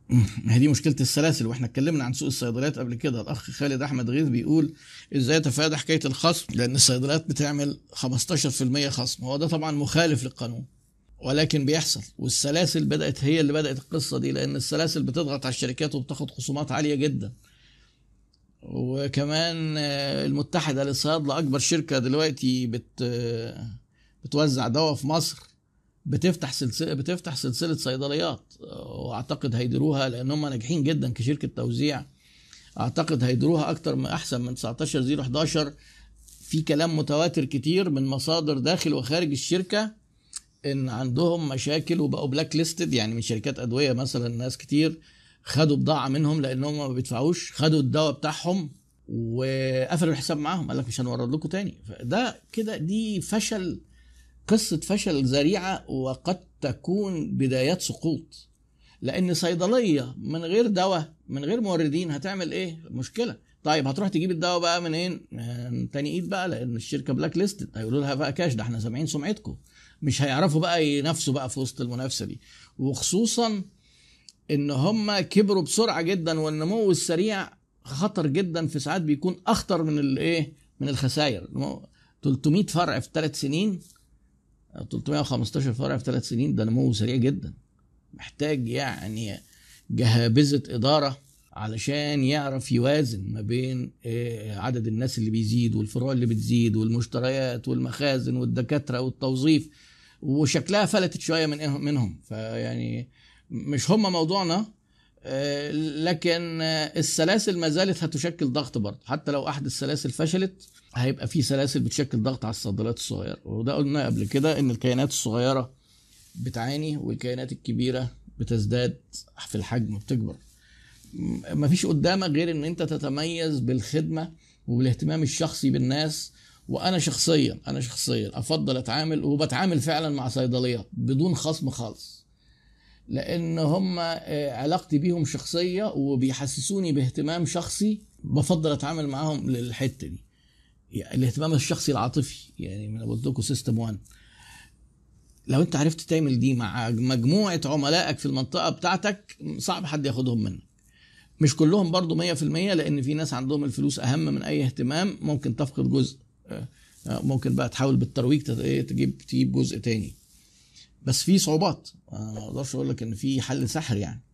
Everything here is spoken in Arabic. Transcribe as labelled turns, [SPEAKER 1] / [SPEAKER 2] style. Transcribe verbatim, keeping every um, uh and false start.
[SPEAKER 1] ما هي دي مشكله السلاسل، واحنا اتكلمنا عن سوق الصيدليات قبل كده. الاخ خالد احمد غيث بيقول ازاي يتفادى حكايه الخصم، لان الصيدليات بتعمل خمستاشر في المية خصم. هو ده طبعا مخالف للقانون، ولكن بيحصل. والسلاسل بدات، هي اللي بدات القصه دي، لان السلاسل بتضغط على الشركات وبتاخد خصومات عاليه جدا. وكمان المتحده للصيادله اكبر شركه دلوقتي بت بتوزع دواء في مصر، بتفتح سلسله بتفتح سلسله صيدليات، واعتقد هيديروها لان هم ناجحين جدا كشركه توزيع. اعتقد هيديروها اكتر من احسن من تسعتاشر صفر حداشر. في كلام متواتر كتير من مصادر داخل وخارج الشركه ان عندهم مشاكل وبقوا بلاك ليستد، يعني من شركات ادويه مثلا. ناس كتير خدوا بضاعه منهم لانهم ما بيدفعوش، خدوا الدواء بتاعهم وقفلوا الحساب معاهم، قال لك مش هنورد لكم تاني. فده كده دي فشل، قصة فشل ذريعة، وقد تكون بدايات سقوط. لأن صيدلية من غير دواء، من غير موردين، هتعمل إيه؟ مشكلة. طيب هتروح تجيب الدواء بقى منين؟ من تاني إيد بقى، لأن الشركة بلاك ليستد، هيقولوا لها بقى كاش، ده احنا سامعين سمعتكم. مش هيعرفوا بقى ينافسوا بقى في وسط المنافسة دي، وخصوصا إن هم كبروا بسرعة جدا، والنمو السريع خطر جدا، في ساعات بيكون أخطر من الإيه؟ من الخسائر. تلتمية فرع في ثلاث سنين، تلتمية وخمستاشر فرع في ثلاث سنين، ده نمو سريع جدا. محتاج يعني جهابذة إدارة علشان يعرف يوازن ما بين عدد الناس اللي بيزيد، والفروع اللي بتزيد، والمشتريات، والمخازن، والدكاترة، والتوظيف. وشكلها فلتت شوية من منهم، فيعني مش هم موضوعنا. لكن السلاسل ما زالت هتشكل ضغط برضه. حتى لو أحد السلاسل فشلت، هيبقى في سلاسل بتشكل ضغط على الصيدليات الصغيرة. وده قلنا قبل كده ان الكيانات الصغيرة بتعاني، والكيانات الكبيرة بتزداد في الحجم، بتكبر. مفيش قدامك غير ان انت تتميز بالخدمة وبالاهتمام الشخصي بالناس. وانا شخصيا انا شخصيا افضل اتعامل، وبتعامل فعلا مع صيدليات بدون خصم خالص، لان هم علاقتي بيهم شخصية وبيحسسوني باهتمام شخصي. بفضل اتعامل معاهم للحتة دي، يعني الاهتمام الشخصي العاطفي. يعني من قلت لكم سيستم واحد، لو انت عرفت تعمل دي مع مجموعة عملائك في المنطقة بتاعتك، صعب حد ياخدهم منك. مش كلهم برضو مية في المية، لان في ناس عندهم الفلوس اهم من اي اهتمام، ممكن تفقد جزء. ممكن بقى تحاول بالترويج تجيب تجيب جزء تاني، بس في صعوبات. ما اقدرش اقول لك ان في حل سحر يعني.